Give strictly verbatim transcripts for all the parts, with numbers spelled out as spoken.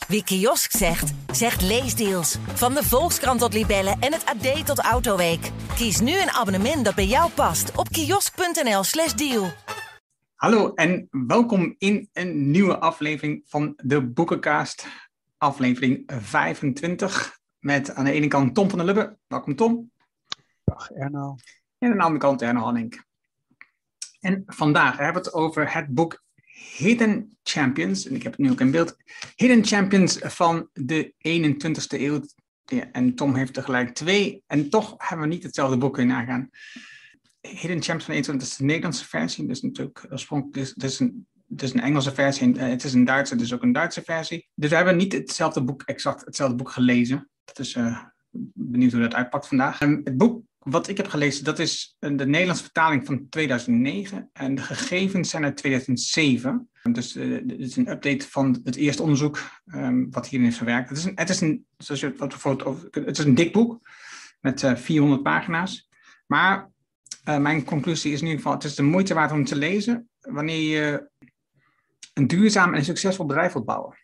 Wie kiosk zegt, zegt leesdeals. Van de Volkskrant tot Libellen en het A D tot Autoweek. Kies nu een abonnement dat bij jou past op kiosk.nl slash deal. Hallo en welkom in een nieuwe aflevering van de Boekencast. Aflevering vijfentwintig. Met aan de ene kant Tom van der Lubbe. Welkom Tom. Dag Erno. En aan de andere kant Erno Hanning. En vandaag hebben we het over het boek Hidden Champions. En ik heb het nu ook in beeld. Hidden Champions van de eenentwintigste eeuw. Ja, en Tom heeft tegelijk twee. En toch hebben we niet hetzelfde boek kunnen nagaan. Hidden Champions van de eenentwintigste is de Nederlandse versie. Dus natuurlijk oorspronkelijk. Het is een, het is een Engelse versie. En het is een Duitse, dus ook een Duitse versie. Dus we hebben niet hetzelfde boek, exact hetzelfde boek gelezen. Dat is uh, benieuwd hoe dat uitpakt vandaag. Um, het boek wat ik heb gelezen, dat is de Nederlandse vertaling van tweeduizend negen. En de gegevens zijn uit tweeduizend zeven. Dus uh, dit is een update van het eerste onderzoek um, wat hierin is verwerkt. Het is een, het is een, zoals je, wat bijvoorbeeld over, het is een dik boek met uh, vierhonderd pagina's. Maar uh, mijn conclusie is in ieder geval, het is de moeite waard om te lezen wanneer je een duurzaam en succesvol bedrijf wilt bouwen.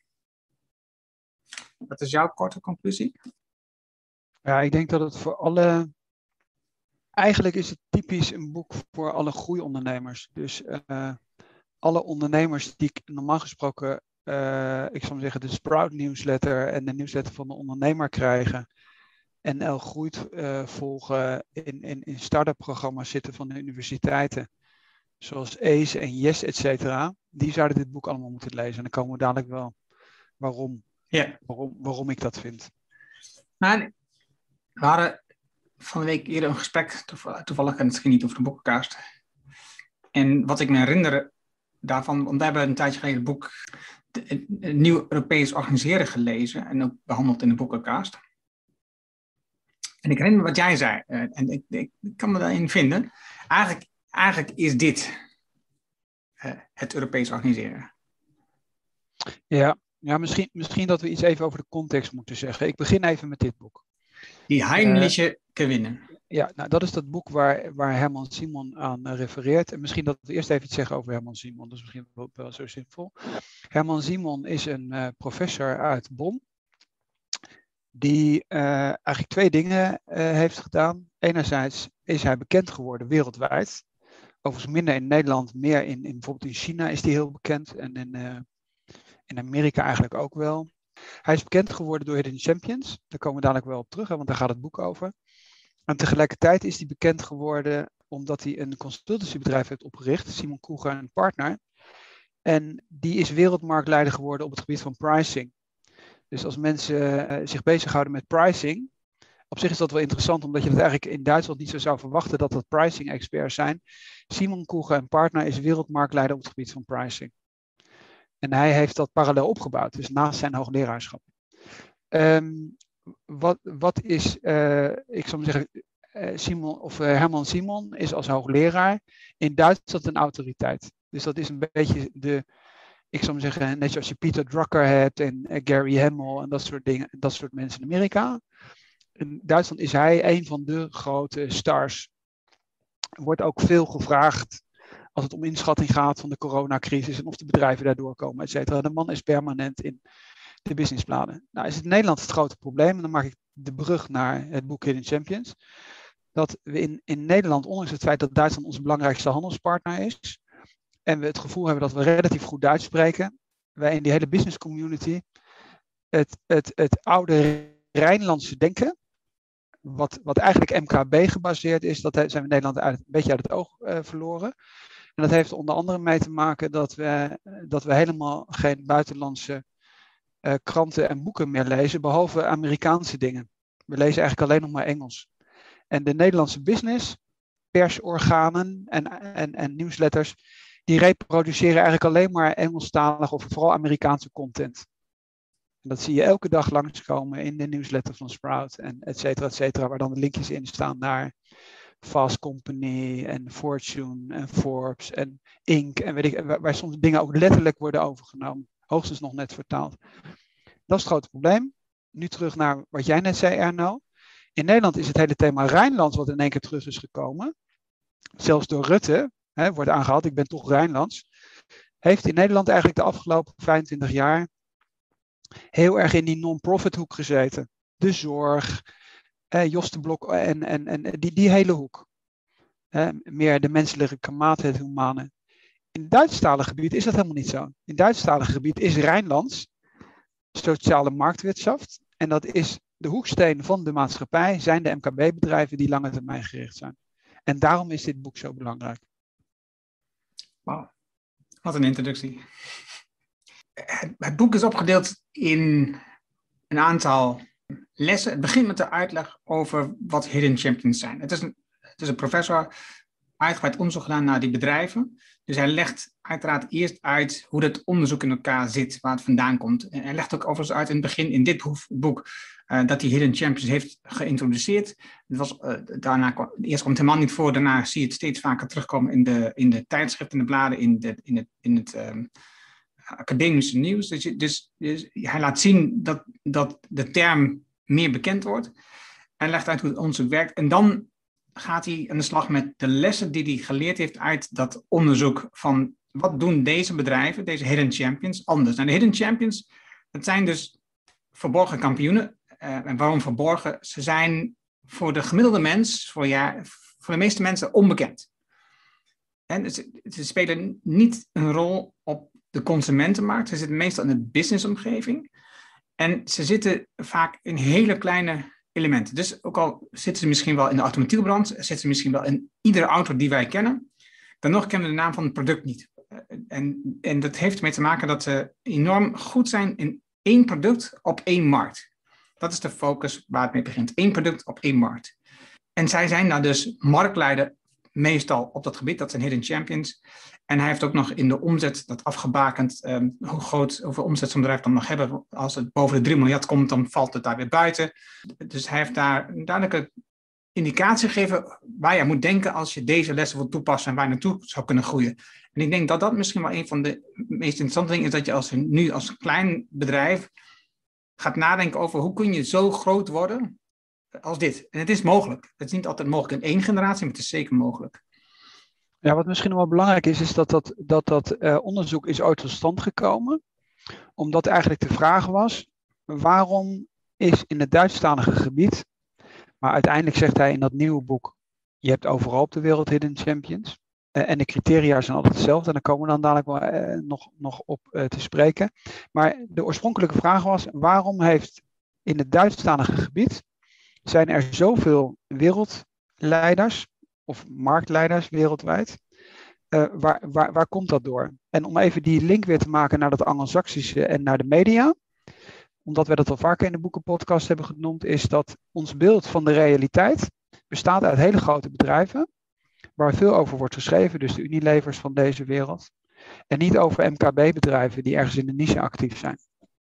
Wat is jouw korte conclusie? Ja, ik denk dat het voor alle... Eigenlijk is het typisch een boek voor alle groeiondernemers. Dus uh, alle ondernemers die ik normaal gesproken, uh, ik zou maar zeggen, de Sprout nieuwsletter en de nieuwsletter van de ondernemer krijgen. En L Groeit uh, volgen in, in, in start-up programma's zitten van de universiteiten. Zoals A C E en Yes, et cetera. Die zouden dit boek allemaal moeten lezen. En dan komen we dadelijk wel waarom, ja. waarom, waarom ik dat vind. Maar we hadden van de week eerder een gesprek, toevallig, en het ging niet over de boekencast. En wat ik me herinner daarvan, want we hebben een tijdje geleden het boek een Nieuw Europees Organiseren gelezen en ook behandeld in de boekencast. En ik herinner me wat jij zei, en ik, ik, ik kan me daarin vinden. Eigenlijk, eigenlijk is dit uh, het Europees organiseren. Ja, ja misschien, misschien dat we iets even over de context moeten zeggen. Ik begin even met dit boek. Die heimliche uh, gewinnen. Ja, nou dat is dat boek waar, waar Herman Simon aan uh, refereert. En misschien dat we eerst even iets zeggen over Herman Simon. Dat is misschien wel, wel zo simpel. Herman Simon is een uh, professor uit Bonn. Die uh, eigenlijk twee dingen uh, heeft gedaan. Enerzijds is hij bekend geworden wereldwijd. Overigens minder in Nederland, meer in, in bijvoorbeeld in China is hij heel bekend. En in, uh, in Amerika eigenlijk ook wel. Hij is bekend geworden door Hidden Champions. Daar komen we dadelijk wel op terug, hè, want daar gaat het boek over. En tegelijkertijd is hij bekend geworden omdat hij een consultancybedrijf heeft opgericht, Simon Kucher en Partner. En die is wereldmarktleider geworden op het gebied van pricing. Dus als mensen uh, zich bezighouden met pricing, op zich is dat wel interessant, omdat je dat eigenlijk in Duitsland niet zo zou verwachten dat dat pricing experts zijn. Simon Kucher en Partner is wereldmarktleider op het gebied van pricing. En hij heeft dat parallel opgebouwd, dus naast zijn hoogleraarschap. Um, wat, wat is, uh, ik zou maar zeggen, uh, Simon, of uh, Herman Simon is als hoogleraar in Duitsland een autoriteit. Dus dat is een beetje de, ik zou maar zeggen, net zoals je Peter Drucker hebt en uh, Gary Hamel en dat soort dingen, dat soort mensen in Amerika. In Duitsland is hij een van de grote stars. Er wordt ook veel gevraagd als het om inschatting gaat van de coronacrisis en of de bedrijven daardoor komen, et cetera. De man is permanent in de businessplannen. Nou is het in Nederland het grote probleem, en dan maak ik de brug naar het boek Hidden Champions, dat we in, in Nederland, ondanks het feit dat Duitsland onze belangrijkste handelspartner is, en we het gevoel hebben dat we relatief goed Duits spreken, wij in die hele business community het, het, het oude Rijnlandse denken, wat, wat eigenlijk M K B gebaseerd is, dat zijn we in Nederland uit, een beetje uit het oog uh, verloren. En dat heeft onder andere mee te maken dat we, dat we helemaal geen buitenlandse uh, kranten en boeken meer lezen, behalve Amerikaanse dingen. We lezen eigenlijk alleen nog maar Engels. En de Nederlandse business, persorganen en, en, en nieuwsletters, die reproduceren eigenlijk alleen maar Engelstalig of vooral Amerikaanse content. En dat zie je elke dag langskomen in de nieuwsletter van Sprout en et cetera, et cetera, waar dan de linkjes in staan naar Fast Company en Fortune en Forbes en Inc. En weet ik, waar, waar soms dingen ook letterlijk worden overgenomen. Hoogstens nog net vertaald. Dat is het grote probleem. Nu terug naar wat jij net zei, Erno. In Nederland is het hele thema Rijnlands wat in één keer terug is gekomen. Zelfs door Rutte, hè, wordt aangehaald, ik ben toch Rijnlands. Heeft in Nederland eigenlijk de afgelopen vijfentwintig jaar heel erg in die non-profit hoek gezeten. De zorg, eh, Jos de Blok en, en, en die, die hele hoek. Eh, meer de menselijke kamaat, het humane. In het Duitsstalige gebied is dat helemaal niet zo. In het Duitsstalige gebied is Rijnlands, sociale marktwirtschaft. En dat is de hoeksteen van de maatschappij, zijn de M K B-bedrijven die lange termijn gericht zijn. En daarom is dit boek zo belangrijk. Wauw, wat een introductie. Het, het boek is opgedeeld in een aantal lessen. Het begint met de uitleg over wat hidden champions zijn. Het is een, het is een professor, uitgebreid onderzoek gedaan naar die bedrijven. Dus hij legt uiteraard eerst uit hoe dat onderzoek in elkaar zit, waar het vandaan komt. En hij legt ook overigens uit in het begin in dit boek uh, dat hij hidden champions heeft geïntroduceerd. Het was, uh, daarna, eerst komt het helemaal niet voor, daarna zie je het steeds vaker terugkomen in de, in de tijdschriften, in de bladen, in, de, in het, in het um, academische nieuws. Dus, dus, dus hij laat zien dat, dat de term meer bekend wordt. Hij legt uit hoe het onderzoek werkt. En dan gaat hij aan de slag met de lessen die hij geleerd heeft uit dat onderzoek van wat doen deze bedrijven, deze hidden champions, anders. Nou, de hidden champions, dat zijn dus verborgen kampioenen. Uh, en waarom verborgen? Ze zijn voor de gemiddelde mens, voor, ja, voor de meeste mensen onbekend. En ze, ze spelen niet een rol op de consumentenmarkt. Ze zitten meestal in de businessomgeving. En ze zitten vaak in hele kleine elementen. Dus ook al zitten ze misschien wel in de automobielbranche, zitten ze misschien wel in iedere auto die wij kennen, dan nog kennen we de naam van het product niet. En, en dat heeft ermee te maken dat ze enorm goed zijn in één product op één markt. Dat is de focus waar het mee begint. Eén product op één markt. En zij zijn nou dus marktleider meestal op dat gebied. Dat zijn hidden champions. En hij heeft ook nog in de omzet dat afgebakend. Um, hoe groot, hoeveel omzet zo'n bedrijf dan nog hebben. Als het boven de drie miljard komt, dan valt het daar weer buiten. Dus hij heeft daar een duidelijke indicatie gegeven waar je moet denken als je deze lessen wilt toepassen en waar je naartoe zou kunnen groeien. En ik denk dat dat misschien wel een van de meest interessante dingen is, dat je als nu als klein bedrijf gaat nadenken over hoe kun je zo groot worden als dit. En het is mogelijk. Het is niet altijd mogelijk in één generatie, maar het is zeker mogelijk. Ja, wat misschien nog wel belangrijk is, is dat dat, dat, dat uh, onderzoek is ooit tot stand gekomen. Omdat eigenlijk de vraag was, waarom is in het Duitsstalige gebied, maar uiteindelijk zegt hij in dat nieuwe boek, je hebt overal op de wereld hidden champions. Uh, en de criteria zijn altijd hetzelfde. En daar komen we dan dadelijk wel uh, nog, nog op uh, te spreken. Maar de oorspronkelijke vraag was, waarom heeft in het Duitsstalige gebied, zijn er zoveel wereldleiders of marktleiders wereldwijd? Uh, waar, waar, waar komt dat door? En om even die link weer te maken naar dat Anglo-Saxische en naar de media, omdat we dat al vaker in de boekenpodcast hebben genoemd, is dat ons beeld van de realiteit bestaat uit hele grote bedrijven, waar veel over wordt geschreven, dus de Unilevers van deze wereld, en niet over M K B-bedrijven die ergens in de niche actief zijn.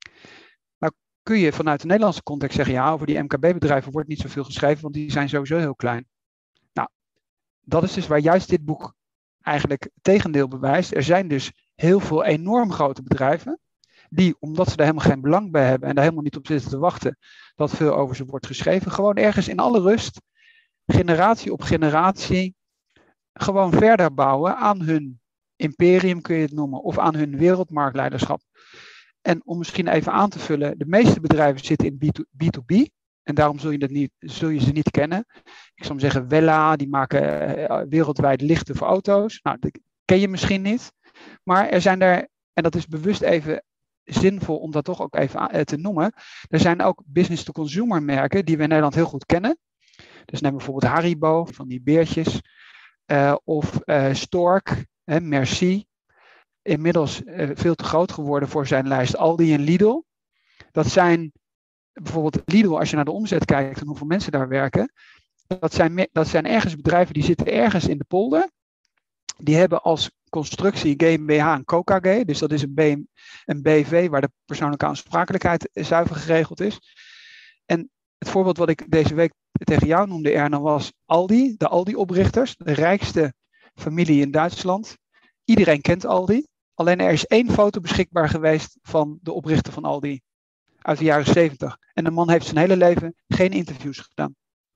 Nou kun je vanuit de Nederlandse context zeggen, ja, over die M K B-bedrijven wordt niet zoveel geschreven, want die zijn sowieso heel klein. Nou, dat is dus waar juist dit boek eigenlijk het tegendeel bewijst. Er zijn dus heel veel enorm grote bedrijven, die, omdat ze er helemaal geen belang bij hebben en daar helemaal niet op zitten te wachten, dat veel over ze wordt geschreven, gewoon ergens in alle rust, generatie op generatie, gewoon verder bouwen aan hun imperium, kun je het noemen, of aan hun wereldmarktleiderschap. En om misschien even aan te vullen, de meeste bedrijven zitten in B to B, en daarom zul je, dat niet, zul je ze niet kennen. Ik zou zeggen, Wella, die maken wereldwijd lichten voor auto's. Nou, dat ken je misschien niet. Maar er zijn er, en dat is bewust even zinvol om dat toch ook even te noemen, er zijn ook business-to-consumer merken die we in Nederland heel goed kennen. Dus neem bijvoorbeeld Haribo, van die beertjes, uh, of uh, Stork, hè, Merci. Inmiddels uh, veel te groot geworden voor zijn lijst, Aldi en Lidl. Dat zijn bijvoorbeeld Lidl, als je naar de omzet kijkt en hoeveel mensen daar werken, dat zijn, dat zijn ergens bedrijven die zitten ergens in de polder. Die hebben als constructie GmbH en Co K G, dus dat is een, B, een B V waar de persoonlijke aansprakelijkheid zuiver geregeld is. En het voorbeeld wat ik deze week tegen jou noemde, Erna, was Aldi, de Aldi-oprichters, de rijkste familie in Duitsland. Iedereen kent Aldi, alleen er is één foto beschikbaar geweest van de oprichter van Aldi uit de jaren zeventig. En de man heeft zijn hele leven geen interviews gedaan.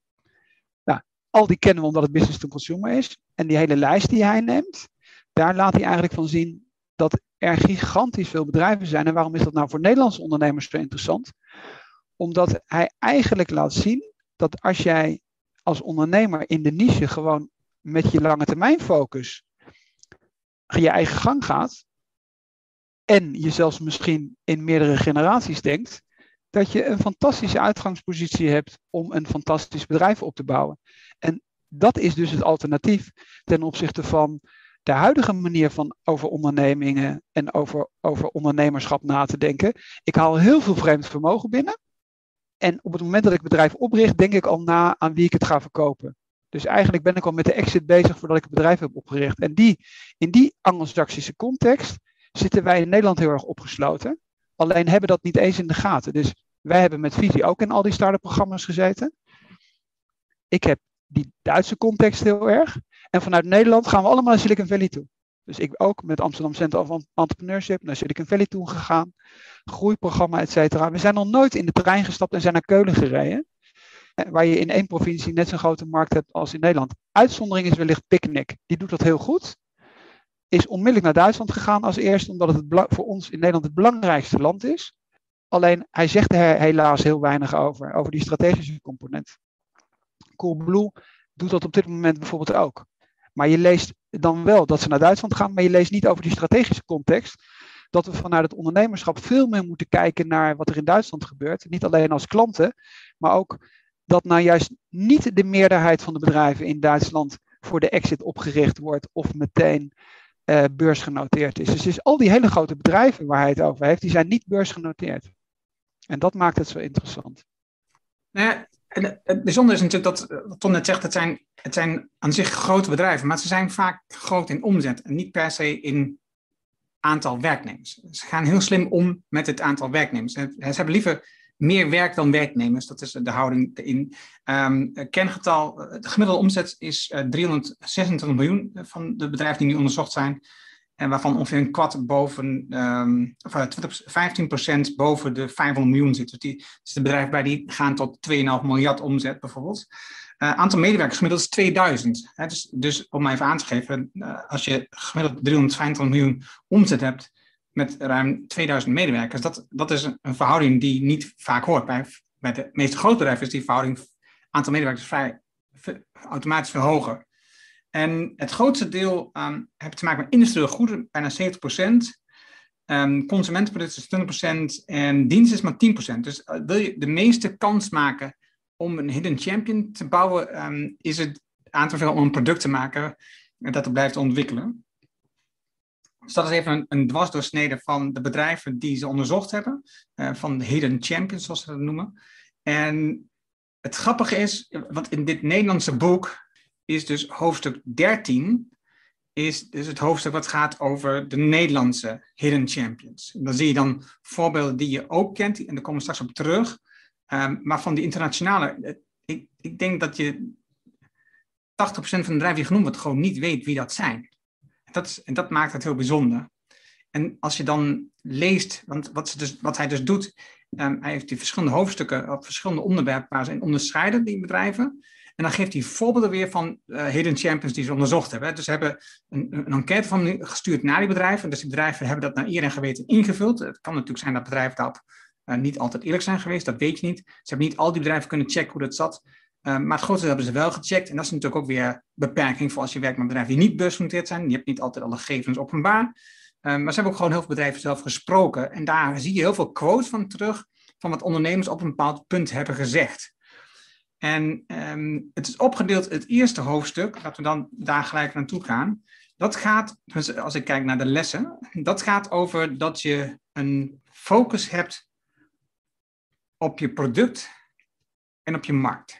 Nou, Aldi kennen we omdat het business to consumer is. En die hele lijst die hij neemt, daar laat hij eigenlijk van zien dat er gigantisch veel bedrijven zijn. En waarom is dat nou voor Nederlandse ondernemers zo interessant? Omdat hij eigenlijk laat zien dat als jij als ondernemer in de niche gewoon met je lange termijn focus je eigen gang gaat en je zelfs misschien in meerdere generaties denkt, dat je een fantastische uitgangspositie hebt om een fantastisch bedrijf op te bouwen. En dat is dus het alternatief ten opzichte van de huidige manier van over ondernemingen en over, over ondernemerschap na te denken. Ik haal heel veel vreemd vermogen binnen. En op het moment dat ik het bedrijf opricht, denk ik al na aan wie ik het ga verkopen. Dus eigenlijk ben ik al met de exit bezig voordat ik het bedrijf heb opgericht. En die, in die Anglo-Saxische context zitten wij in Nederland heel erg opgesloten. Alleen hebben dat niet eens in de gaten. Dus wij hebben met Visie ook in al die start-up programma's gezeten. Ik heb die Duitse context heel erg. En vanuit Nederland gaan we allemaal naar Silicon Valley toe. Dus ik ook met Amsterdam Center of Entrepreneurship naar Silicon Valley toe gegaan. Groeiprogramma, et cetera. We zijn nog nooit in de trein gestapt en zijn naar Keulen gereden. Waar je in één provincie net zo'n grote markt hebt als in Nederland. Uitzondering is wellicht Picnic. Die doet dat heel goed. Is onmiddellijk naar Duitsland gegaan als eerste, omdat het voor ons in Nederland het belangrijkste land is. Alleen hij zegt er helaas heel weinig over, over die strategische component. Coolblue doet dat op dit moment bijvoorbeeld ook. Maar je leest dan wel dat ze naar Duitsland gaan, maar je leest niet over die strategische context. Dat we vanuit het ondernemerschap veel meer moeten kijken naar wat er in Duitsland gebeurt. Niet alleen als klanten, maar ook dat nou juist niet de meerderheid van de bedrijven in Duitsland voor de exit opgericht wordt of meteen uh, beursgenoteerd is. Dus, dus al die hele grote bedrijven waar hij het over heeft, die zijn niet beursgenoteerd. En dat maakt het zo interessant. Nou ja, en het bijzondere is natuurlijk dat, wat Ton net zegt, het zijn, het zijn aan zich grote bedrijven, maar ze zijn vaak groot in omzet en niet per se in aantal werknemers. Ze gaan heel slim om met het aantal werknemers. Ze hebben liever meer werk dan werknemers, dat is de houding erin. Um, kengetal, de gemiddelde omzet is uh, driehonderdzesentwintig miljoen van de bedrijven die nu onderzocht zijn. En waarvan ongeveer een kwart boven, um, of twintig, vijftien procent boven de vijfhonderd miljoen zit. Dus, die, dus de bedrijven bij die gaan tot twee komma vijf miljard omzet bijvoorbeeld. Uh, aantal medewerkers gemiddeld is tweeduizend. Hè, dus, dus om even aan te geven, uh, als je gemiddeld driehonderdvijfentwintig miljoen omzet hebt met ruim tweeduizend medewerkers, dat, dat is een, een verhouding die je niet vaak hoort. Bij, bij de meeste grote bedrijven is die verhouding aantal medewerkers vrij automatisch veel hoger. En het grootste deel um, heeft te maken met industriële goederen, bijna zeventig procent. Um, consumentenproducten is twintig procent en diensten is maar tien procent. Dus uh, wil je de meeste kans maken om een hidden champion te bouwen, um, is het aan te veel om een product te maken en dat het blijft ontwikkelen. Dus dat is even een, een dwarsdoorsnede van de bedrijven die ze onderzocht hebben, uh, van de hidden champions zoals ze dat noemen. En het grappige is, want in dit Nederlandse boek is dus hoofdstuk dertien, is dus het hoofdstuk wat gaat over de Nederlandse hidden champions. En dan zie je dan voorbeelden die je ook kent, en daar komen we straks op terug. Um, maar van die internationale, ik, ik denk dat je tachtig procent van de bedrijven die genoemd wordt gewoon niet weet wie dat zijn. En dat, is, en dat maakt het heel bijzonder. En als je dan leest, want wat, ze dus, wat hij dus doet, um, hij heeft die verschillende hoofdstukken op verschillende onderwerpen waar ze in onderscheiden, die bedrijven. En dan geeft hij voorbeelden weer van uh, hidden champions die ze onderzocht hebben. Dus ze hebben een, een enquête van gestuurd naar die bedrijven. Dus die bedrijven hebben dat naar eer en geweten ingevuld. Het kan natuurlijk zijn dat bedrijven daarop uh, niet altijd eerlijk zijn geweest. Dat weet je niet. Ze hebben niet al die bedrijven kunnen checken hoe dat zat. Uh, maar het grootste hebben ze wel gecheckt. En dat is natuurlijk ook weer beperking voor als je werkt met bedrijven die niet beursgenoteerd zijn. Je hebt niet altijd alle gegevens openbaar. Uh, maar ze hebben ook gewoon heel veel bedrijven zelf gesproken. En daar zie je heel veel quotes van terug. Van wat ondernemers op een bepaald punt hebben gezegd. En um, het is opgedeeld, het eerste hoofdstuk, laten we dan daar gelijk naartoe gaan. Dat gaat, dus als ik kijk naar de lessen, dat gaat over dat je een focus hebt op je product en op je markt.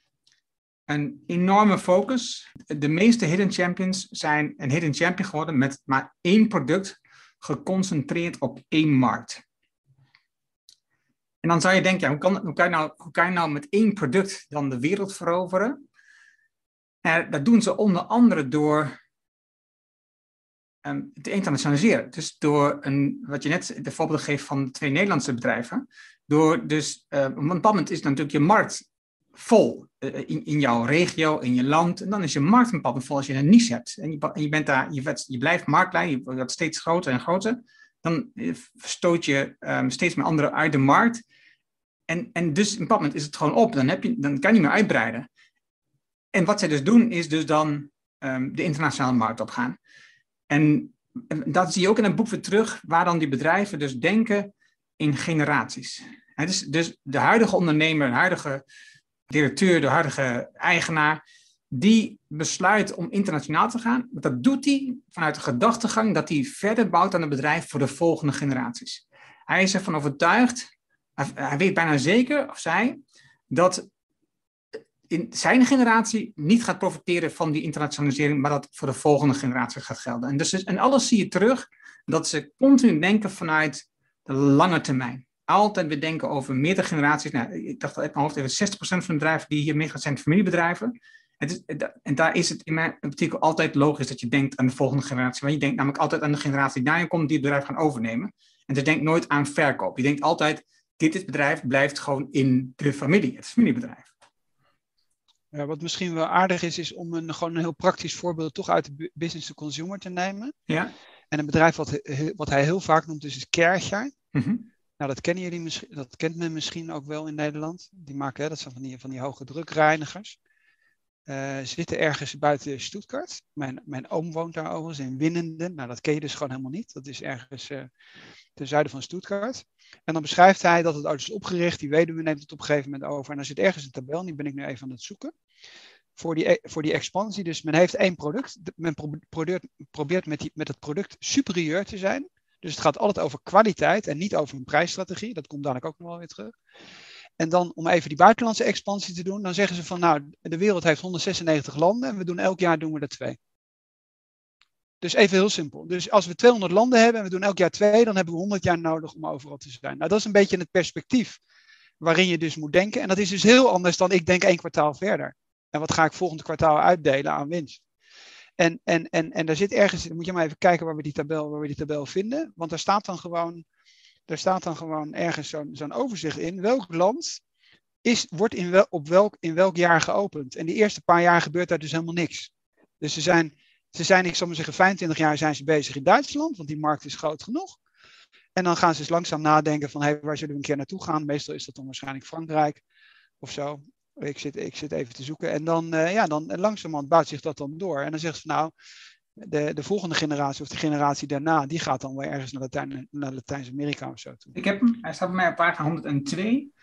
Een enorme focus. De meeste hidden champions zijn een hidden champion geworden met maar één product geconcentreerd op één markt. En dan zou je denken, ja, hoe, kan, hoe, kan je nou, hoe kan je nou met één product dan de wereld veroveren? En dat doen ze onder andere door um, te internationaliseren. Dus door, een, wat je net de voorbeeld geeft van de twee Nederlandse bedrijven. Door dus, uh, op een bepaald moment is natuurlijk je markt vol in, in jouw regio, in je land. En dan is je markt een bepaald moment vol als je een niche hebt. En je, en je, bent daar, je, werd, je blijft marktleider, je wordt steeds groter en groter. Dan stoot je um, steeds meer anderen uit de markt. En, en dus op een bepaald moment is het gewoon op. Dan, heb je, dan kan je niet meer uitbreiden. En wat zij dus doen, is dus dan um, de internationale markt opgaan. En, en dat zie je ook in het boek weer terug, waar dan die bedrijven dus denken in generaties. He, dus, dus de huidige ondernemer, de huidige directeur, de huidige eigenaar, die besluit om internationaal te gaan. Dat doet hij vanuit de gedachtegang dat hij verder bouwt aan het bedrijf voor de volgende generaties. Hij is ervan overtuigd, hij weet bijna zeker, of zij, dat in zijn generatie niet gaat profiteren van die internationalisering, maar dat voor de volgende generatie gaat gelden. En, dus, en alles zie je terug, dat ze continu denken vanuit de lange termijn. Altijd weer denken over meerdere generaties. Nou, ik dacht uit mijn hoofd even zestig procent van de bedrijven die hier meegaan zijn familiebedrijven. Het is, en daar is het in mijn artikel altijd logisch dat je denkt aan de volgende generatie. Want je denkt namelijk altijd aan de generatie die na je komt die het bedrijf gaan overnemen. En je denkt nooit aan verkoop. Je denkt altijd, dit, dit bedrijf blijft gewoon in de familie, het familiebedrijf. Ja, wat misschien wel aardig is, is om een, gewoon een heel praktisch voorbeeld toch uit de business to consumer te nemen. Ja. En een bedrijf wat, wat hij heel vaak noemt, dus is Kärcher. Mm-hmm. Nou, dat kennen jullie misschien, dat kent men misschien ook wel in Nederland. Die maken, hè, dat zijn van die, van die hoge drukreinigers. Uh, ze zitten ergens buiten Stuttgart. Mijn, mijn oom woont daar overigens in Winnenden. Nou, dat ken je dus gewoon helemaal niet. Dat is ergens uh, ten zuiden van Stuttgart. En dan beschrijft hij dat het ooit is opgericht. Die weduwe neemt het op een gegeven moment over. En er zit ergens een tabel, en die ben ik nu even aan het zoeken. Voor die, voor die expansie. Dus men heeft één product. Men probeert, probeert met, die, met het product superieur te zijn. Dus het gaat altijd over kwaliteit en niet over een prijsstrategie. Dat komt dadelijk ook nog wel weer terug. En dan om even die buitenlandse expansie te doen, dan zeggen ze van nou, de wereld heeft honderdzesennegentig landen en we doen elk jaar doen we er twee. Dus even heel simpel. Dus als we tweehonderd landen hebben en we doen elk jaar twee, dan hebben we honderd jaar nodig om overal te zijn. Nou, dat is een beetje het perspectief waarin je dus moet denken. En dat is dus heel anders dan ik denk één kwartaal verder. En wat ga ik volgend kwartaal uitdelen aan winst? En, en, en, en daar zit ergens, moet je maar even kijken waar we die tabel, waar we die tabel vinden. Want daar staat dan gewoon, daar staat dan gewoon ergens zo'n, zo'n overzicht in. Welk land is, wordt in, wel, op welk, in welk jaar geopend? En die eerste paar jaar gebeurt daar dus helemaal niks. Dus ze zijn, ze zijn ik zal maar zeggen, vijfentwintig jaar zijn ze bezig in Duitsland, want die markt is groot genoeg. En dan gaan ze dus langzaam nadenken van, hey, waar zullen we een keer naartoe gaan? Meestal is dat dan waarschijnlijk Frankrijk of zo. Ik zit, ik zit even te zoeken. En dan, uh, ja, dan langzamerhand bouwt zich dat dan door. En dan zegt ze van, nou, de, de volgende generatie of de generatie daarna, die gaat dan weer ergens naar, Latijn, naar Latijns-Amerika of zo toe. Ik heb hem, hij staat bij mij op pagina honderdtwee.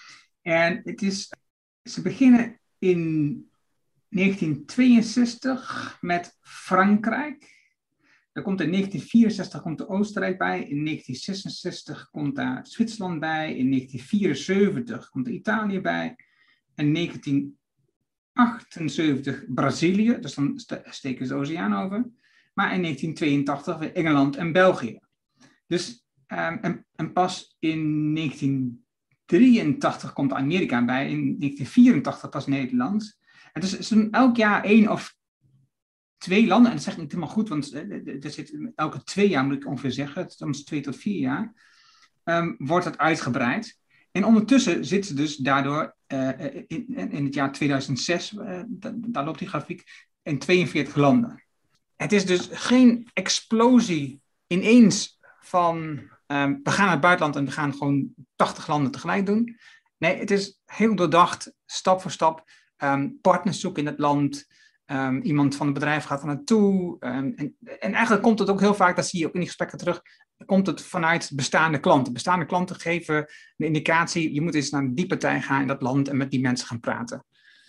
En het is, ze beginnen in negentien tweeënzestig met Frankrijk. Er komt in negentien vierenzestig komt er Oostenrijk bij. In negentien zesenzestig komt daar Zwitserland bij. In negentien vierenzeventig komt er Italië bij. En negentien achtenzeventig Brazilië, dus dan steken ze de oceaan over. Maar in negentien tweeëntachtig weer Engeland en België. Dus, um, en, en pas in negentien drieëntachtig komt Amerika bij, in negentien vierentachtig pas Nederland. En dus is er elk jaar één of twee landen, en dat zeg ik niet helemaal goed, want er zit elke twee jaar, moet ik ongeveer zeggen, soms twee tot vier jaar, um, wordt het uitgebreid. En ondertussen zitten ze dus daardoor uh, in, in het jaar tweeduizend zes, uh, daar loopt die grafiek, in tweeënveertig landen. Het is dus geen explosie ineens van um, we gaan naar het buitenland en we gaan gewoon tachtig landen tegelijk doen. Nee, het is heel doordacht, stap voor stap, um, partners zoeken in het land. Um, iemand van het bedrijf gaat er naartoe. Um, en, en eigenlijk komt het ook heel vaak, dat zie je ook in die gesprekken terug, komt het vanuit bestaande klanten. Bestaande klanten geven de indicatie, je moet eens naar die partij gaan in dat land en met die mensen gaan praten.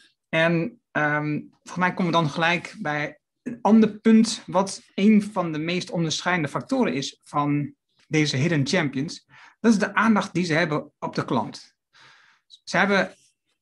En um, volgens mij komen we dan gelijk bij een ander punt, wat een van de meest onderscheidende factoren is van deze hidden champions. Dat is de aandacht die ze hebben op de klant. Ze hebben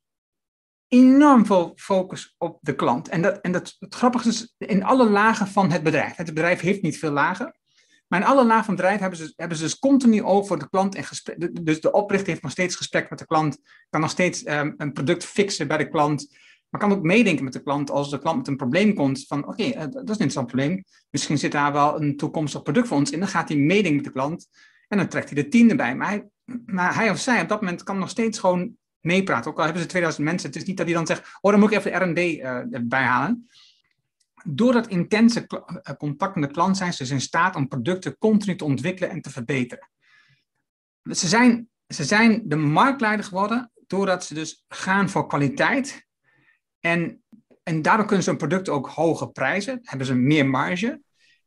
enorm veel focus op de klant. En, dat, en dat, het grappige is, in alle lagen van het bedrijf. Het bedrijf heeft niet veel lagen. Maar in alle lagen van het bedrijf hebben ze, hebben ze dus continu over de klant en gesprek. Dus de oprichter heeft nog steeds gesprek met de klant. Kan nog steeds um, een product fixen bij de klant. Maar kan ook meedenken met de klant als de klant met een probleem komt. Van oké, okay, uh, dat is een interessant probleem. Misschien zit daar wel een toekomstig product voor ons in. Dan gaat hij meedenken met de klant. En dan trekt hij de team erbij. Maar hij, maar hij of zij op dat moment kan nog steeds gewoon meepraten. Ook al hebben ze tweeduizend mensen, het is niet dat die dan zegt, oh, dan moet ik even de R en D uh, bijhalen. Door dat intense kl- contact met de klant zijn ze dus in staat om producten continu te ontwikkelen en te verbeteren. Ze zijn, ze zijn de marktleider geworden doordat ze dus gaan voor kwaliteit. En, en daardoor kunnen ze een product ook hoger prijzen, hebben ze meer marge.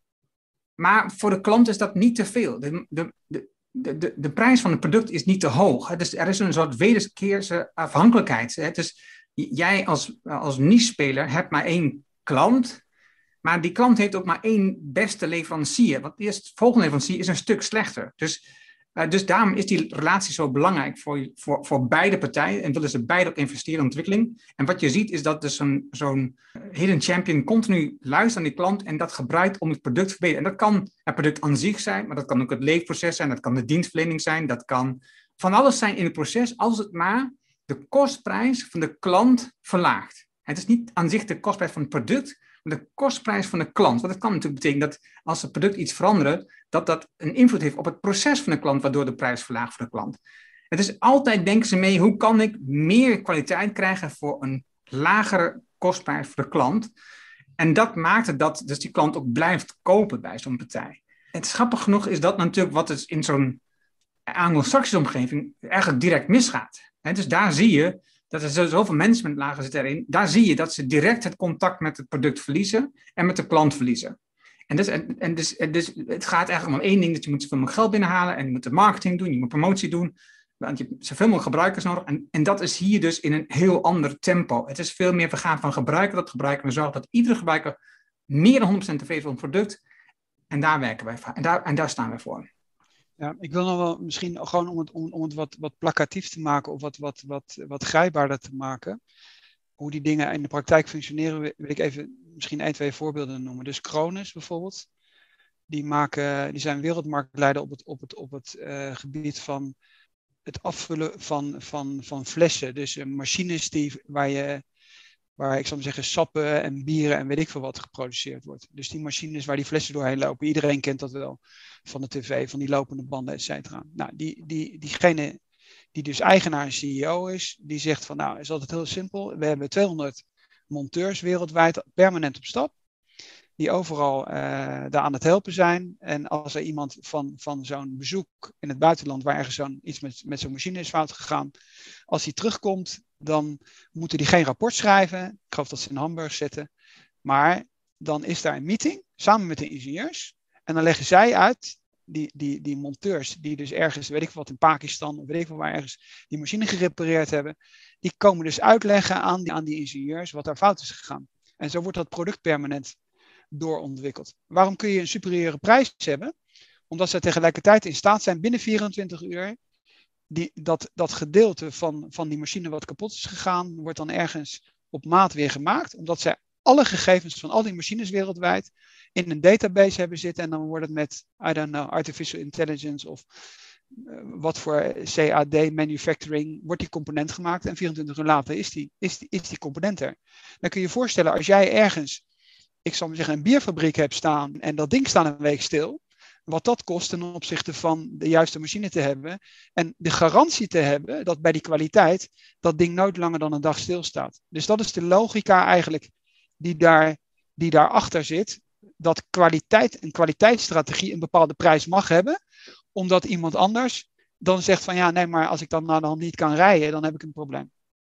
Maar voor de klant is dat niet te veel. De, de, de, de, de prijs van het product is niet te hoog. Hè? Dus er is een soort wederkeerse afhankelijkheid. Hè? Dus jij als, als niche-speler hebt maar één klant, maar die klant heeft ook maar één beste leverancier. Want de volgende leverancier is een stuk slechter. Dus, uh, dus daarom is die relatie zo belangrijk voor, voor, voor beide partijen en willen ze beide ook investeren in ontwikkeling. En wat je ziet is dat dus zo'n, zo'n hidden champion continu luistert aan die klant en dat gebruikt om het product te verbeteren. En dat kan het product aan zich zijn, maar dat kan ook het leefproces zijn, dat kan de dienstverlening zijn, dat kan van alles zijn in het proces, als het maar de kostprijs van de klant verlaagt. Het is niet aan zich de kostprijs van het product, maar de kostprijs van de klant. Want dat kan natuurlijk betekenen dat als het product iets verandert, dat dat een invloed heeft op het proces van de klant, waardoor de prijs verlaagt voor de klant. Het is altijd, denken ze mee, hoe kan ik meer kwaliteit krijgen voor een lagere kostprijs voor de klant? En dat maakt het dat dus die klant ook blijft kopen bij zo'n partij. Het grappig genoeg is dat natuurlijk wat is in zo'n Anglo-Saxische omgeving eigenlijk direct misgaat. He, dus daar zie je dat er zoveel managementlagen zitten erin. Daar zie je dat ze direct het contact met het product verliezen en met de klant verliezen. En, dus, en, en dus, en dus het gaat eigenlijk om één ding, dat je moet zoveel mogelijk geld binnenhalen en je moet de marketing doen, je moet promotie doen, want je hebt zoveel mogelijk gebruikers nodig. En, en dat is hier dus in een heel ander tempo. Het is veel meer vergaan van gebruiker tot gebruiker en zorgen dat iedere gebruiker meer dan honderd procent tevreden is van het product. En daar werken wij voor. En daar, en daar staan wij voor. Ja, ik wil nog wel misschien gewoon om het, om, om het wat, wat plakatief te maken of wat, wat, wat, wat grijpbaarder te maken. Hoe die dingen in de praktijk functioneren, wil ik even misschien één, twee voorbeelden noemen. Dus Krones bijvoorbeeld, die, maken, die zijn wereldmarktleider op het, op het, op het uh, gebied van het afvullen van, van, van flessen. Dus uh, machines die, waar je... waar ik zou maar zeggen sappen en bieren en weet ik veel wat geproduceerd wordt. Dus die machines waar die flessen doorheen lopen, iedereen kent dat wel van de tv, van die lopende banden, et cetera. Nou, die, die, diegene die dus eigenaar en C E O is, die zegt van nou, is altijd heel simpel. We hebben tweehonderd monteurs wereldwijd permanent op stap, die overal uh, daar aan het helpen zijn. En als er iemand van, van zo'n bezoek in het buitenland, waar ergens zo'n, iets met, met zo'n machine is fout gegaan, als die terugkomt, dan moeten die geen rapport schrijven. Ik geloof dat ze in Hamburg zitten. Maar dan is daar een meeting, samen met de ingenieurs. En dan leggen zij uit, die, die, die monteurs, die dus ergens, weet ik wat, in Pakistan, of weet ik wel waar ergens, die machine gerepareerd hebben. Die komen dus uitleggen aan die, aan die ingenieurs wat daar fout is gegaan. En zo wordt dat product permanent doorontwikkeld. Waarom kun je een superieure prijs hebben? Omdat ze tegelijkertijd in staat zijn binnen vierentwintig uur die, dat, dat gedeelte van, van die machine wat kapot is gegaan, wordt dan ergens op maat weer gemaakt, omdat zij alle gegevens van al die machines wereldwijd in een database hebben zitten en dan wordt het met, I don't know, artificial intelligence of uh, wat voor C A D manufacturing wordt die component gemaakt en vierentwintig uur later is die, is die, is die component er. Dan kun je je voorstellen, als jij ergens, ik zal maar zeggen, een bierfabriek hebt staan en dat ding staat een week stil, wat dat kost ten opzichte van de juiste machine te hebben en de garantie te hebben dat bij die kwaliteit dat ding nooit langer dan een dag stilstaat. Dus dat is de logica eigenlijk die, daar, die daarachter zit, dat kwaliteit, een kwaliteitsstrategie een bepaalde prijs mag hebben, omdat iemand anders dan zegt van ja, nee, maar als ik dan naar de hand niet kan rijden, dan heb ik een probleem.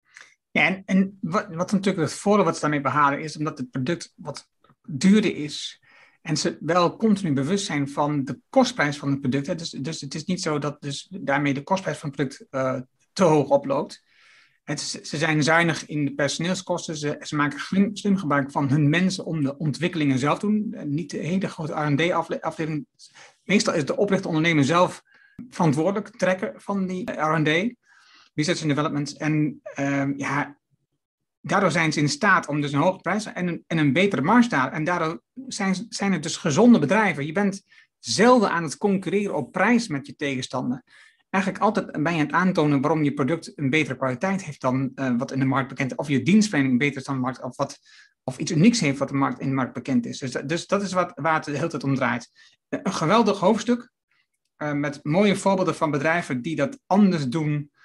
Ja, en, en wat, wat natuurlijk het voordeel wat ze daarmee behalen is, omdat het product wat duurder is en ze wel continu bewust zijn van de kostprijs van het product. Hè. Dus, dus het is niet zo dat dus daarmee de kostprijs van het product uh, te hoog oploopt. Het is, ze zijn zuinig in de personeelskosten. Ze, ze maken slim, slim gebruik van hun mensen om de ontwikkelingen zelf te doen. Niet de hele grote R en D-afdeling. Meestal is de oprichter ondernemer zelf verantwoordelijk trekken van die R en D, research and development. En uh, ja, daardoor zijn ze in staat om dus een hoge prijs en een, en een betere marge te halen. En daardoor zijn, zijn het dus gezonde bedrijven. Je bent zelden aan het concurreren op prijs met je tegenstander. Eigenlijk altijd ben je aan het aantonen waarom je product een betere kwaliteit heeft dan uh, wat in de markt bekend is. Of je dienstverlening beter is dan de markt. Of, wat, of iets unieks heeft wat de markt, in de markt bekend is. Dus, dus dat is wat, waar het de hele tijd om draait. Een geweldig hoofdstuk uh, met mooie voorbeelden van bedrijven die dat anders doen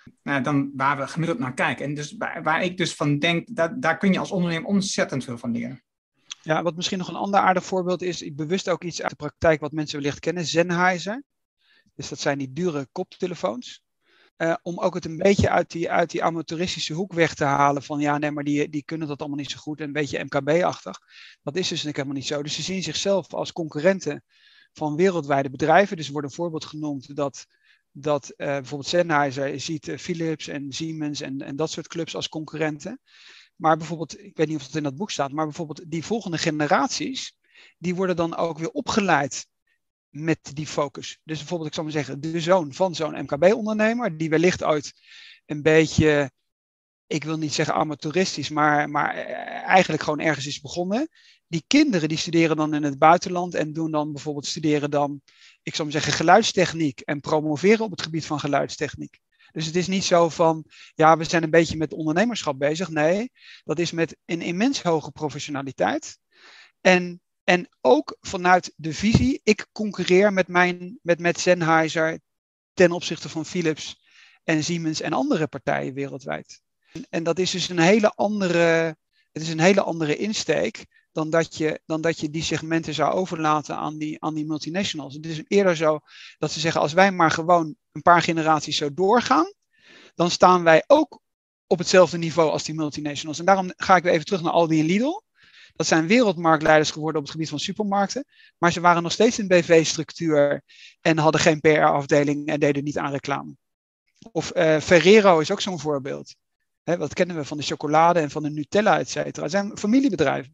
uh, dan waar we gemiddeld naar kijken. En dus waar, waar ik dus van denk, dat, daar kun je als ondernemer ontzettend veel van leren. Ja, wat misschien nog een ander aardig voorbeeld is, bewust ook iets uit de praktijk wat mensen wellicht kennen, Sennheiser. Dus dat zijn die dure koptelefoons. Uh, om ook het een beetje uit die, uit die amateuristische hoek weg te halen van ja, nee, maar die, die kunnen dat allemaal niet zo goed en een beetje M K B-achtig. Dat is dus helemaal niet zo. Dus ze zien zichzelf als concurrenten van wereldwijde bedrijven. Dus er wordt een voorbeeld genoemd dat, dat uh, bijvoorbeeld Sennheiser ziet uh, Philips en Siemens en, en dat soort clubs als concurrenten. Maar bijvoorbeeld, ik weet niet of het in dat boek staat, maar bijvoorbeeld die volgende generaties, die worden dan ook weer opgeleid met die focus. Dus bijvoorbeeld, ik zal maar zeggen, de zoon van zo'n M K B-ondernemer, die wellicht ooit een beetje, ik wil niet zeggen amateuristisch, maar, maar eigenlijk gewoon ergens is begonnen. Die kinderen die studeren dan in het buitenland en doen dan bijvoorbeeld studeren dan, ik zal maar zeggen, geluidstechniek en promoveren op het gebied van geluidstechniek. Dus het is niet zo van, ja, we zijn een beetje met ondernemerschap bezig. Nee, dat is met een immens hoge professionaliteit. En, en ook vanuit de visie, ik concurreer met, mijn, met, met Sennheiser ten opzichte van Philips en Siemens en andere partijen wereldwijd. En, en dat is dus een hele andere, het is een hele andere insteek dan dat je, dan dat je die segmenten zou overlaten aan die, aan die multinationals. Het is eerder zo dat ze zeggen, als wij maar gewoon een paar generaties zo doorgaan, dan staan wij ook op hetzelfde niveau als die multinationals. En daarom ga ik weer even terug naar Aldi en Lidl. Dat zijn wereldmarktleiders geworden op het gebied van supermarkten, maar ze waren nog steeds een B V-structuur en hadden geen P R-afdeling en deden niet aan reclame. Of uh, Ferrero is ook zo'n voorbeeld. Hè, wat kennen we van de chocolade en van de Nutella, et cetera. Het zijn familiebedrijven.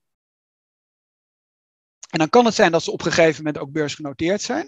En dan kan het zijn dat ze op een gegeven moment ook beursgenoteerd zijn.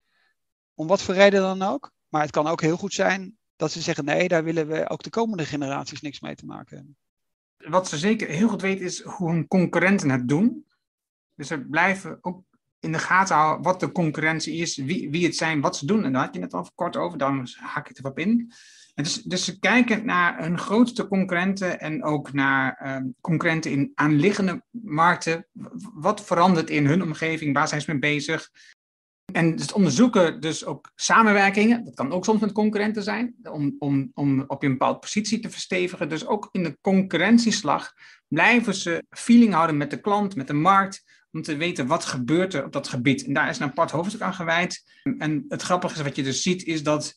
Om wat voor reden dan ook. Maar het kan ook heel goed zijn dat ze zeggen, nee, daar willen we ook de komende generaties niks mee te maken hebben. Wat ze zeker heel goed weten is hoe hun concurrenten het doen. Dus ze blijven ook in de gaten houden wat de concurrentie is, wie, wie het zijn, wat ze doen. En daar had je net al kort over, daarom haak ik erop in. En dus, dus ze kijken naar hun grootste concurrenten en ook naar um, concurrenten in aanliggende markten. Wat verandert in hun omgeving, waar zijn ze mee bezig? En dus onderzoeken dus ook samenwerkingen, dat kan ook soms met concurrenten zijn, om, om, om op een bepaalde positie te verstevigen. Dus ook in de concurrentieslag blijven ze feeling houden met de klant, met de markt, om te weten wat gebeurt er op dat gebied. En daar is een apart hoofdstuk aan gewijd. En het grappige is wat je dus ziet, is dat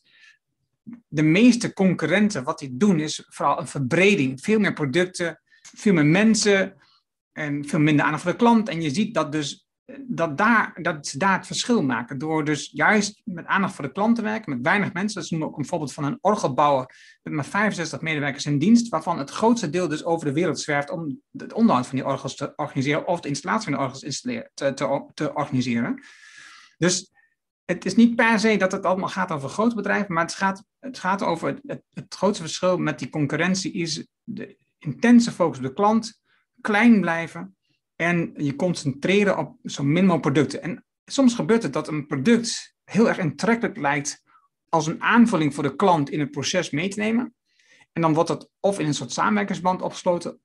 de meeste concurrenten, wat die doen, is vooral een verbreding. Veel meer producten, veel meer mensen en veel minder aandacht voor de klant. En je ziet dat dus dat, daar, dat ze daar het verschil maken. Door dus juist met aandacht voor de klant te werken, met weinig mensen. Dat is ook een voorbeeld van een orgelbouwer met maar vijfenzestig medewerkers in dienst, waarvan het grootste deel dus over de wereld zwerft om het onderhoud van die orgels te organiseren of de installatie van de orgels te, te, te organiseren. Dus het is niet per se dat het allemaal gaat over grote bedrijven, maar het gaat, het gaat over het, het, het grootste verschil met die concurrentie is de intense focus op de klant, klein blijven en je concentreren op zo min mogelijk producten. En soms gebeurt het dat een product heel erg aantrekkelijk lijkt als een aanvulling voor de klant in het proces mee te nemen. En dan wordt dat of in een soort samenwerkingsband opgesloten,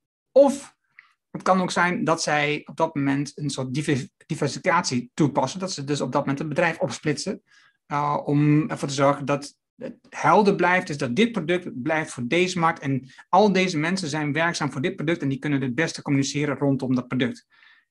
of het kan ook zijn dat zij op dat moment een soort diversificatie toepassen. Dat ze dus op dat moment een bedrijf opsplitsen. Uh, om ervoor te zorgen dat het helder blijft. Dus dat dit product blijft voor deze markt. En al deze mensen zijn werkzaam voor dit product. En die kunnen het beste communiceren rondom dat product.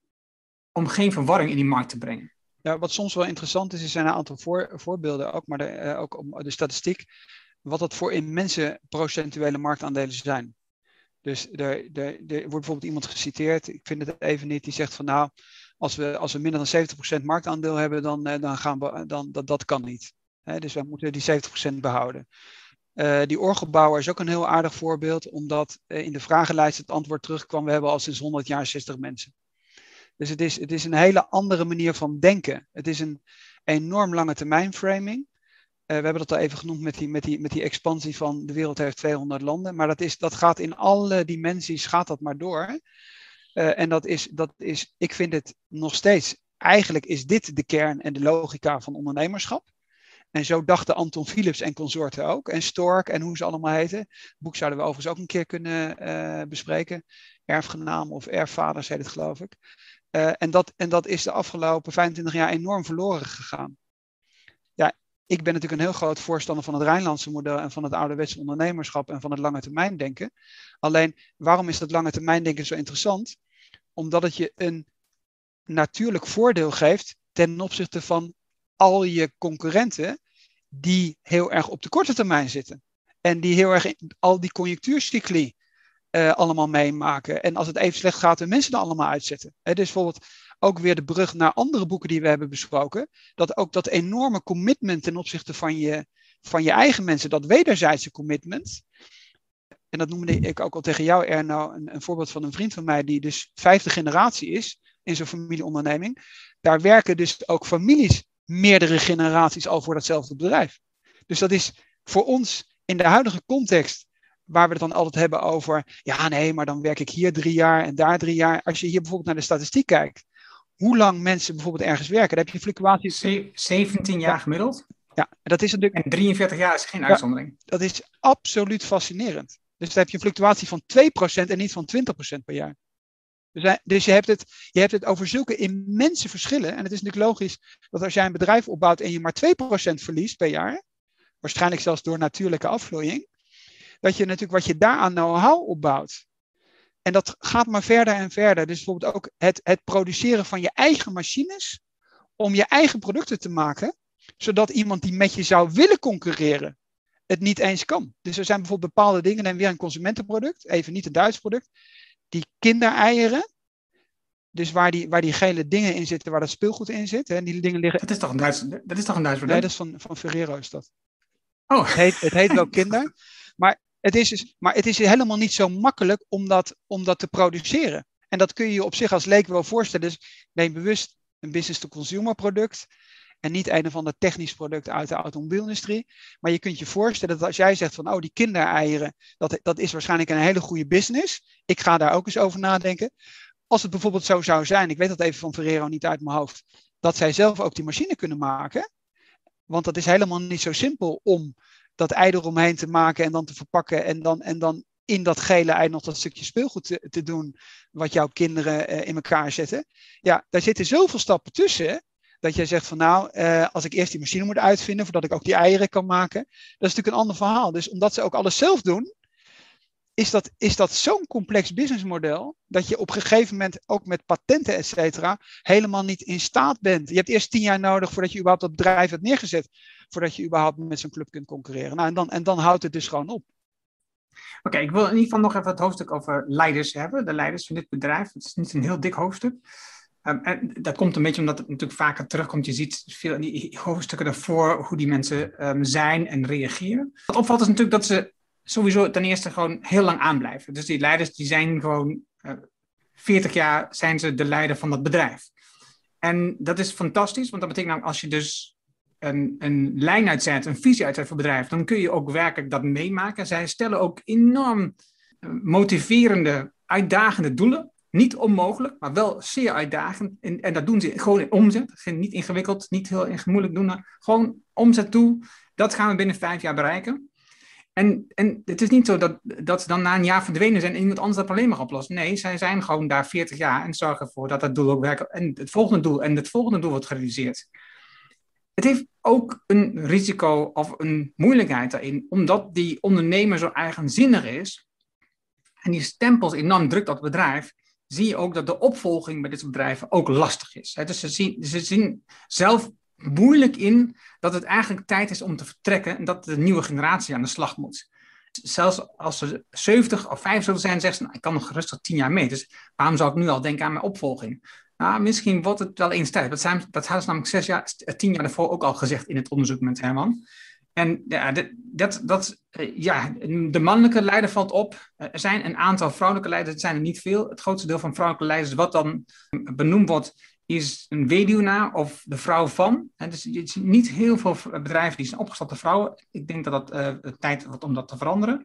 Om geen verwarring in die markt te brengen. Ja, wat soms wel interessant is, er zijn een aantal voor, voorbeelden ook. Maar de, uh, ook om de statistiek. Wat dat voor immense procentuele marktaandelen zijn. Dus er, er, er wordt bijvoorbeeld iemand geciteerd, ik vind het even niet, die zegt van nou, als we, als we minder dan zeventig procent marktaandeel hebben, dan, dan gaan we, dan, dat, dat kan niet. He, dus wij moeten die zeventig procent behouden. Uh, die orgelbouwer is ook een heel aardig voorbeeld, omdat uh, in de vragenlijst het antwoord terugkwam, we hebben al sinds honderd jaar zestig mensen. Dus het is, het is een hele andere manier van denken. Het is een enorm lange termijn framing. Uh, we hebben dat al even genoemd met die, met, die, met die expansie van de wereld heeft tweehonderd landen. Maar dat, is, dat gaat in alle dimensies, gaat dat maar door. Uh, en dat is, dat is, ik vind het nog steeds, eigenlijk is dit de kern en de logica van ondernemerschap. En zo dachten Anton Philips en consorten ook. En Stork en hoe ze allemaal heten. Het boek zouden we overigens ook een keer kunnen uh, bespreken. Erfgenaam of erfvaders heet het geloof ik. Uh, en, dat, en dat is de afgelopen vijfentwintig jaar enorm verloren gegaan. Ja, ik ben natuurlijk een heel groot voorstander van het Rijnlandse model en van het ouderwetse ondernemerschap en van het lange termijn denken. Alleen, waarom is dat lange termijn denken zo interessant? Omdat het je een natuurlijk voordeel geeft ten opzichte van al je concurrenten die heel erg op de korte termijn zitten. En die heel erg in al die conjunctuurcycli uh, allemaal meemaken. En als het even slecht gaat, de mensen er allemaal uitzetten. He, dus bijvoorbeeld ook weer de brug naar andere boeken die we hebben besproken. Dat ook dat enorme commitment ten opzichte van je, van je eigen mensen, dat wederzijdse commitment. En dat noemde ik ook al tegen jou, Erno, een, een voorbeeld van een vriend van mij die dus vijfde generatie is in zo'n familieonderneming. Daar werken dus ook families meerdere generaties al voor datzelfde bedrijf. Dus dat is voor ons in de huidige context, waar we het dan altijd hebben over, ja nee, maar dan werk ik hier drie jaar en daar drie jaar. Als je hier bijvoorbeeld naar de statistiek kijkt, hoe lang mensen bijvoorbeeld ergens werken, dan heb je fluctuaties. Ze- zeventien jaar Ja. gemiddeld. Ja, en dat is natuurlijk, En drieënveertig jaar is geen uitzondering. dat is absoluut fascinerend. Dus dan heb je een fluctuatie van twee procent en niet van twintig procent per jaar. Dus, hij- dus je, hebt het, je hebt het over zulke immense verschillen. En het is natuurlijk logisch dat als jij een bedrijf opbouwt en je maar twee procent verliest per jaar, waarschijnlijk zelfs door natuurlijke afvloeiing, dat je natuurlijk wat je daar aan know-how opbouwt. En dat gaat maar verder en verder. Dus bijvoorbeeld ook het, het produceren van je eigen machines om je eigen producten te maken, zodat iemand die met je zou willen concurreren het niet eens kan. Dus er zijn bijvoorbeeld bepaalde dingen, neem weer een consumentenproduct, even niet een Duits product, die kindereieren, dus waar die, waar die gele dingen in zitten, waar dat speelgoed in zit, hè, en die dingen liggen. Dat is toch een Duits, dat is toch een Duits Nee, product? dat is van, van Ferrero is dat. Oh, Het heet, het heet wel kinder, maar het is, dus, maar het is helemaal niet zo makkelijk om dat, om dat te produceren. En dat kun je je op zich als leek wel voorstellen. Dus neem bewust een business-to-consumer product en niet een of ander technisch product uit de automobielindustrie. Maar je kunt je voorstellen dat als jij zegt van, oh, die kindereieren, dat, dat is waarschijnlijk een hele goede business. Ik ga daar ook eens over nadenken. Als het bijvoorbeeld zo zou zijn, ik weet dat even van Ferrero niet uit mijn hoofd, dat zij zelf ook die machine kunnen maken. Want dat is helemaal niet zo simpel om dat ei eromheen te maken en dan te verpakken en dan, en dan in dat gele ei nog dat stukje speelgoed te, te doen wat jouw kinderen uh, in elkaar zetten. Ja, daar zitten zoveel stappen tussen, dat jij zegt van nou, uh, als ik eerst die machine moet uitvinden voordat ik ook die eieren kan maken, dat is natuurlijk een ander verhaal. Dus omdat ze ook alles zelf doen, is dat, is dat zo'n complex businessmodel, dat je op een gegeven moment ook met patenten et cetera helemaal niet in staat bent. Je hebt eerst tien jaar nodig voordat je überhaupt dat bedrijf hebt neergezet, voordat je überhaupt met zo'n club kunt concurreren. Nou, en, dan, en dan houdt het dus gewoon op. Oké, okay, ik wil in ieder geval nog even het hoofdstuk over leiders hebben. De leiders van dit bedrijf. Het is niet een heel dik hoofdstuk. Um, en dat komt een beetje omdat het natuurlijk vaker terugkomt. Je ziet veel in die hoofdstukken daarvoor hoe die mensen um, zijn en reageren. Wat opvalt is natuurlijk dat ze sowieso ten eerste gewoon heel lang aanblijven. Dus die leiders die zijn gewoon uh, veertig jaar zijn ze de leider van dat bedrijf. En dat is fantastisch, want dat betekent namelijk als je dus een, een lijn uitzet, een visie uitzet voor het bedrijf, dan kun je ook werkelijk dat meemaken. Zij stellen ook enorm uh, motiverende, uitdagende doelen. Niet onmogelijk, maar wel zeer uitdagend. En, en dat doen ze gewoon in omzet. Niet ingewikkeld, niet heel erg moeilijk doen. Maar gewoon omzet toe. Dat gaan we binnen vijf jaar bereiken. En, en het is niet zo dat, dat ze dan na een jaar verdwenen zijn en iemand anders dat probleem mag oplossen. Nee, zij zijn gewoon daar veertig jaar en zorgen ervoor dat dat doel ook werkt. En het volgende doel en het volgende doel wordt gerealiseerd. Het heeft ook een risico of een moeilijkheid daarin, omdat die ondernemer zo eigenzinnig is en die stempels enorm drukt op het bedrijf, zie je ook dat de opvolging bij dit soort bedrijven ook lastig is. Dus ze zien, ze zien zelf moeilijk in dat het eigenlijk tijd is om te vertrekken en dat de nieuwe generatie aan de slag moet. Zelfs als ze zeventig of vijfenzeventig zijn, zeggen ze, nou, ik kan nog rustig tien jaar mee. Dus waarom zou ik nu al denken aan mijn opvolging? Nou, misschien wordt het wel eens tijd. Dat, zijn, dat hadden ze namelijk zes jaar, tien jaar daarvoor ook al gezegd in het onderzoek met Herman. En ja, dat, dat, dat, ja, de mannelijke leider valt op. Er zijn een aantal vrouwelijke leiders, het zijn er niet veel. Het grootste deel van vrouwelijke leiders, wat dan benoemd wordt, is een weduwnaar of de vrouw van. En dus je ziet niet heel veel bedrijven die zijn opgestapte vrouwen. Ik denk dat het uh, tijd wordt om dat te veranderen.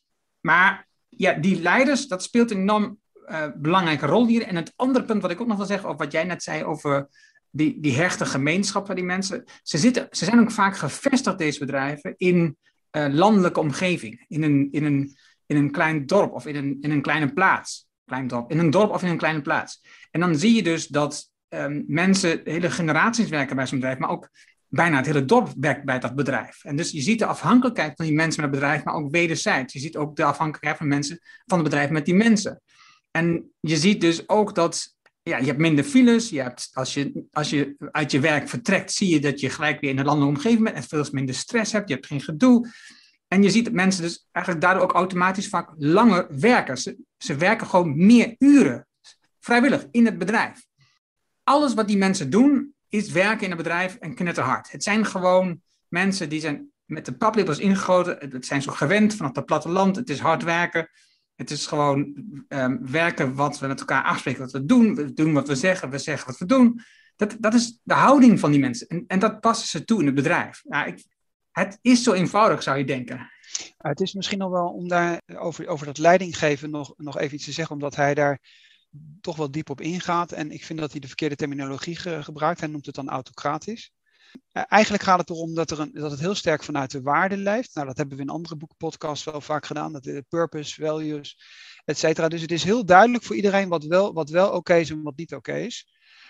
Maar ja, die leiders, dat speelt een enorm uh, belangrijke rol hier. En het andere punt wat ik ook nog wil zeggen, of wat jij net zei over die, die hechte gemeenschap van die mensen. Ze, zitten, ze zijn ook vaak gevestigd, deze bedrijven, in uh, landelijke omgeving. In een, in, een, in een klein dorp of in een, in een kleine plaats. Klein dorp, in een dorp of in een kleine plaats. En dan zie je dus dat Um, mensen, hele generaties werken bij zo'n bedrijf, maar ook bijna het hele dorp werkt bij dat bedrijf. En dus je ziet de afhankelijkheid van die mensen met het bedrijf, maar ook wederzijds. Je ziet ook de afhankelijkheid van mensen van het bedrijf met die mensen. En je ziet dus ook dat ja, je hebt minder files. Je hebt, als, je, als je uit je werk vertrekt, zie je dat je gelijk weer in een landelijke omgeving bent en veel minder stress hebt. Je hebt geen gedoe. En je ziet dat mensen dus eigenlijk daardoor ook automatisch vaak langer werken. Ze, ze werken gewoon meer uren, vrijwillig, in het bedrijf. Alles wat die mensen doen, is werken in het bedrijf en knetterhard. Het zijn gewoon mensen die zijn met de paplepels ingegoten. Het zijn zo gewend vanaf het platteland. Het is hard werken. Het is gewoon um, werken wat we met elkaar afspreken wat we doen. We doen wat we zeggen, we zeggen wat we doen. Dat, dat is de houding van die mensen. En, en dat passen ze toe in het bedrijf. Nou, ik, het is zo eenvoudig, zou je denken. Het is misschien nog wel om daar over, over dat leidinggeven nog, nog even iets te zeggen, omdat hij daar toch wel diep op ingaat. En ik vind dat hij de verkeerde terminologie ge, gebruikt. Hij noemt het dan autocratisch. Uh, eigenlijk gaat het erom dat, er een, dat het heel sterk vanuit de waarde leeft. Nou, dat hebben we in andere boekenpodcasts wel vaak gedaan. Dat de purpose, values, et cetera. Dus het is heel duidelijk voor iedereen wat wel, wat wel oké is en wat niet oké is.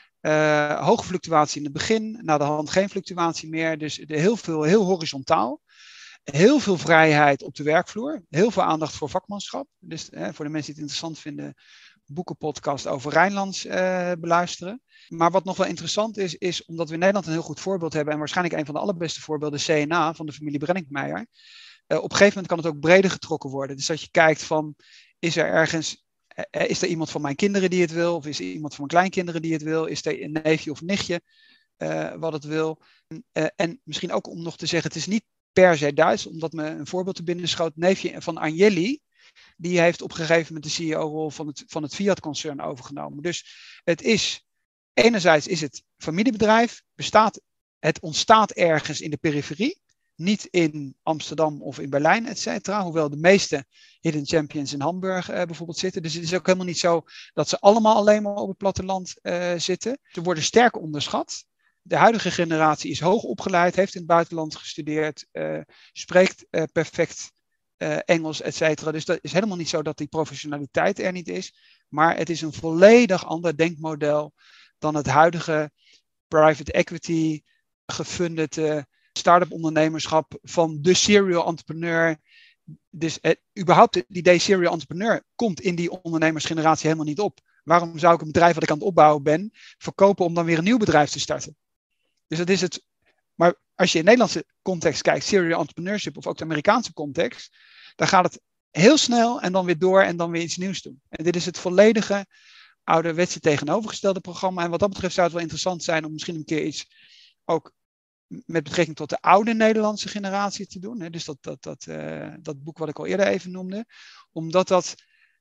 Uh, hoge fluctuatie in het begin, na de hand geen fluctuatie meer. Dus de heel veel, heel horizontaal. Heel veel vrijheid op de werkvloer. Heel veel aandacht voor vakmanschap. Dus eh, voor de mensen die het interessant vinden, boekenpodcast over Rijnlands uh, beluisteren. Maar wat nog wel interessant is, is omdat we in Nederland een heel goed voorbeeld hebben, en waarschijnlijk een van de allerbeste voorbeelden, C N A van de familie Brenninkmeijer. Uh, op een gegeven moment kan het ook breder getrokken worden. Dus dat je kijkt van, is er ergens, uh, is er iemand van mijn kinderen die het wil? Of is er iemand van mijn kleinkinderen die het wil? Is er een neefje of nichtje uh, wat het wil? Uh, en misschien ook om nog te zeggen, het is niet per se Duits, omdat me een voorbeeld te binnen schoot. Neefje van Agnelli, die heeft op een gegeven moment de C E O-rol van het, van het Fiat-concern overgenomen. Dus het is, enerzijds is het familiebedrijf, bestaat, het ontstaat ergens in de periferie, niet in Amsterdam of in Berlijn, et cetera. Hoewel de meeste hidden champions in Hamburg uh, bijvoorbeeld zitten. Dus het is ook helemaal niet zo dat ze allemaal alleen maar op het platteland uh, zitten. Ze worden sterk onderschat. De huidige generatie is hoog opgeleid, heeft in het buitenland gestudeerd, uh, spreekt uh, perfect uh, Engels, et cetera. Dus dat is helemaal niet zo dat die professionaliteit er niet is. Maar het is een volledig ander denkmodel dan het huidige private equity gefunded uh, start-up ondernemerschap van de serial entrepreneur. Dus uh, überhaupt het idee serial entrepreneur komt in die ondernemersgeneratie helemaal niet op. Waarom zou ik een bedrijf wat ik aan het opbouwen ben verkopen om dan weer een nieuw bedrijf te starten? Dus dat is het. Maar als je in de Nederlandse context kijkt, serial entrepreneurship of ook de Amerikaanse context, dan gaat het heel snel en dan weer door en dan weer iets nieuws doen. En dit is het volledige ouderwetse tegenovergestelde programma. En wat dat betreft zou het wel interessant zijn om misschien een keer iets ook met betrekking tot de oude Nederlandse generatie te doen. Hè? Dus dat, dat, dat, uh, dat boek wat ik al eerder even noemde. Omdat dat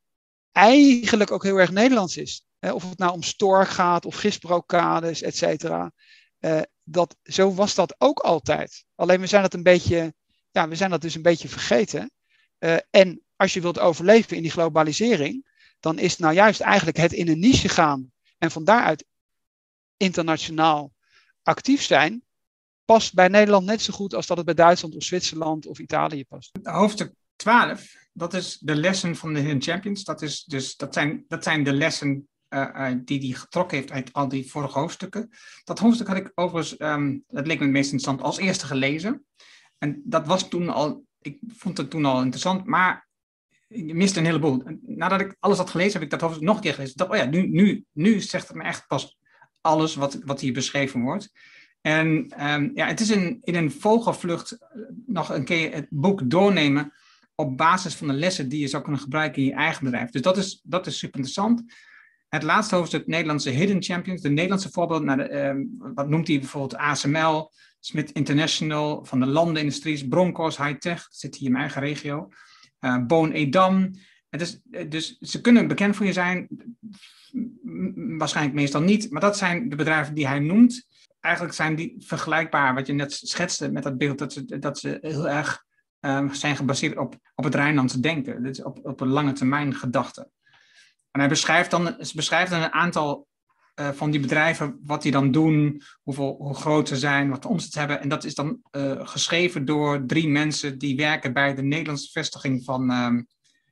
eigenlijk ook heel erg Nederlands is. Hè? Of het nou om stork gaat of gisbrokades, et cetera. Uh, dat, zo was dat ook altijd. Alleen we zijn dat een beetje, ja, we zijn dat dus een beetje vergeten. Uh, en als je wilt overleven in die globalisering, dan is nou juist eigenlijk het in een niche gaan en van daaruit internationaal actief zijn, past bij Nederland net zo goed als dat het bij Duitsland of Zwitserland of Italië past. Hoofdstuk twaalf, dat is de lessen van de Hidden Champions. Dat, is dus, dat, zijn, dat zijn de lessen uh, uh, die hij getrokken heeft uit al die vorige hoofdstukken. Dat hoofdstuk had ik overigens, um, dat leek me het meest interessant, als eerste gelezen. En dat was toen al, ik vond het toen al interessant, maar je miste een heleboel. Nadat ik alles had gelezen, heb ik dat hoofdstuk nog een keer gelezen. Ik dacht, oh ja, nu, nu, nu zegt het me echt pas alles wat, wat hier beschreven wordt. En um, ja, het is in, in een vogelvlucht nog een keer het boek doornemen op basis van de lessen die je zou kunnen gebruiken in je eigen bedrijf. Dus dat is, dat is super interessant. Het laatste hoofdstuk, Nederlandse Hidden Champions, de Nederlandse voorbeeld, naar de, um, wat noemt hij bijvoorbeeld A S M L, Smith International, van de landenindustries, Broncos, High-Tech, dat zit hier in mijn eigen regio, uh, Boon Edam. Het is, dus ze kunnen bekend voor je zijn, waarschijnlijk meestal niet, maar dat zijn de bedrijven die hij noemt. Eigenlijk zijn die vergelijkbaar, wat je net schetste met dat beeld, dat ze, dat ze heel erg um, zijn gebaseerd op, op het Rijnlandse denken, dus op, op een lange termijn gedachte. En hij beschrijft dan, ze beschrijft dan een aantal uh, van die bedrijven, wat die dan doen, hoeveel, hoe groot ze zijn, wat de omzet hebben. En dat is dan uh, geschreven door drie mensen die werken bij de Nederlandse vestiging van Um...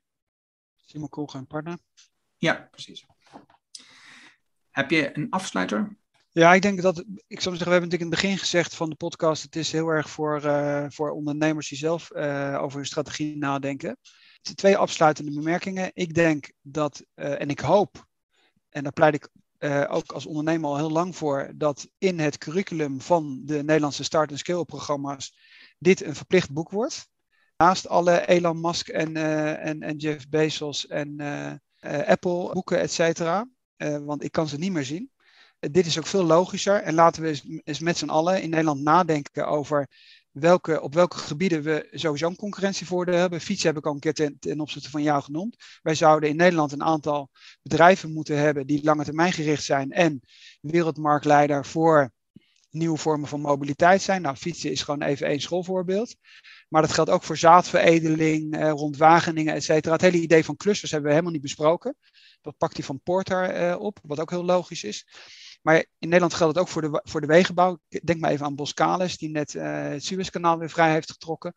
Simon Kolger en partner. Ja, precies. Heb je een afsluiter? Ja, ik denk dat, ik zou zeggen, we hebben natuurlijk in het begin gezegd van de podcast, het is heel erg voor, uh, voor ondernemers die zelf uh, over hun strategie nadenken. Twee afsluitende bemerkingen. Ik denk dat, uh, en ik hoop, en daar pleit ik uh, ook als ondernemer al heel lang voor, dat in het curriculum van de Nederlandse Start- en Scale-programma's dit een verplicht boek wordt. Naast alle Elon Musk en, uh, en, en Jeff Bezos en uh, uh, Apple boeken, et cetera. Uh, want ik kan ze niet meer zien. Uh, dit is ook veel logischer. En laten we eens, eens met z'n allen in Nederland nadenken over welke, op welke gebieden we sowieso een concurrentievoordeel hebben. Fietsen heb ik al een keer ten, ten opzichte van jou genoemd. Wij zouden in Nederland een aantal bedrijven moeten hebben die lange termijn gericht zijn en wereldmarktleider voor nieuwe vormen van mobiliteit zijn. Nou, fietsen is gewoon even één schoolvoorbeeld. Maar dat geldt ook voor zaadveredeling, eh, rond Wageningen, et cetera. Het hele idee van clusters hebben we helemaal niet besproken. Dat pakt hij van Porter eh, op, wat ook heel logisch is. Maar in Nederland geldt het ook voor de, voor de wegenbouw. Denk maar even aan Boskalis, die net uh, het Suezkanaal weer vrij heeft getrokken.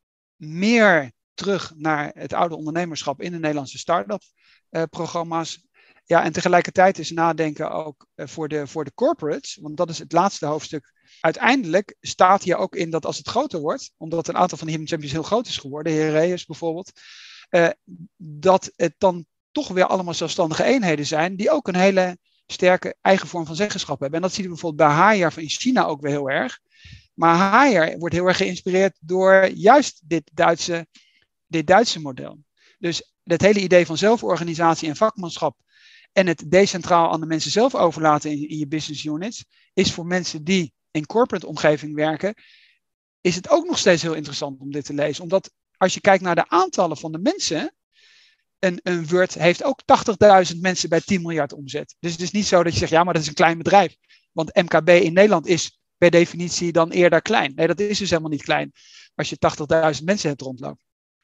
Meer terug naar het oude ondernemerschap in de Nederlandse start-up uh, programma's. Ja, en tegelijkertijd is nadenken ook uh, voor, de, voor de corporates, want dat is het laatste hoofdstuk. Uiteindelijk staat hier ook in dat als het groter wordt, omdat een aantal van de Hidden Champions heel groot is geworden, Heraeus bijvoorbeeld, uh, dat het dan toch weer allemaal zelfstandige eenheden zijn die ook een hele sterke eigen vorm van zeggenschap hebben. En dat zien we bijvoorbeeld bij Haier in China ook weer heel erg. Maar Haier wordt heel erg geïnspireerd door juist dit Duitse, dit Duitse model. Dus het hele idee van zelforganisatie en vakmanschap en het decentraal aan de mensen zelf overlaten in, in je business units, is voor mensen die in corporate omgeving werken, is het ook nog steeds heel interessant om dit te lezen. Omdat als je kijkt naar de aantallen van de mensen, Een, een Word heeft ook tachtigduizend mensen bij tien miljard omzet. Dus het is niet zo dat je zegt, ja, maar dat is een klein bedrijf. Want M K B in Nederland is per definitie dan eerder klein. Nee, dat is dus helemaal niet klein. Als je tachtigduizend mensen hebt rondlopen.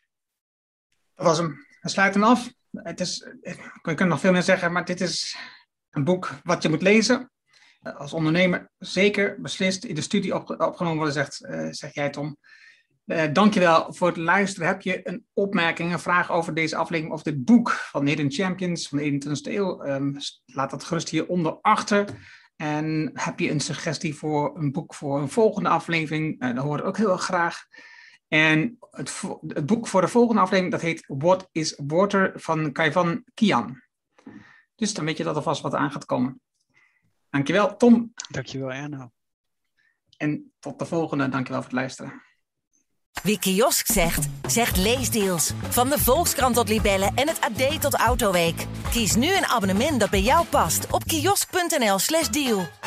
Dat was hem. We sluiten hem af. Het is, ik kan nog veel meer zeggen, maar dit is een boek wat je moet lezen. Als ondernemer zeker beslist in de studie op, opgenomen worden, zegt, uh, zeg jij Tom. Uh, dankjewel voor het luisteren. Heb je een opmerking, een vraag over deze aflevering of dit boek van Hidden Champions van de eenentwintigste eeuw? Um, laat dat gerust hieronder achter. En heb je een suggestie voor een boek voor een volgende aflevering? Uh, dat hoor ik ook heel erg graag. En het, het boek voor de volgende aflevering, dat heet What is Water van Kaivan Kian. Dus dan weet je dat er vast wat aan gaat komen. Dankjewel Tom. Dankjewel Erno. En tot de volgende. Dankjewel voor het luisteren. Wie kiosk zegt, zegt leesdeals. Van de Volkskrant tot Libellen en het A D tot Autoweek. Kies nu een abonnement dat bij jou past op kiosk punt n l slash deal.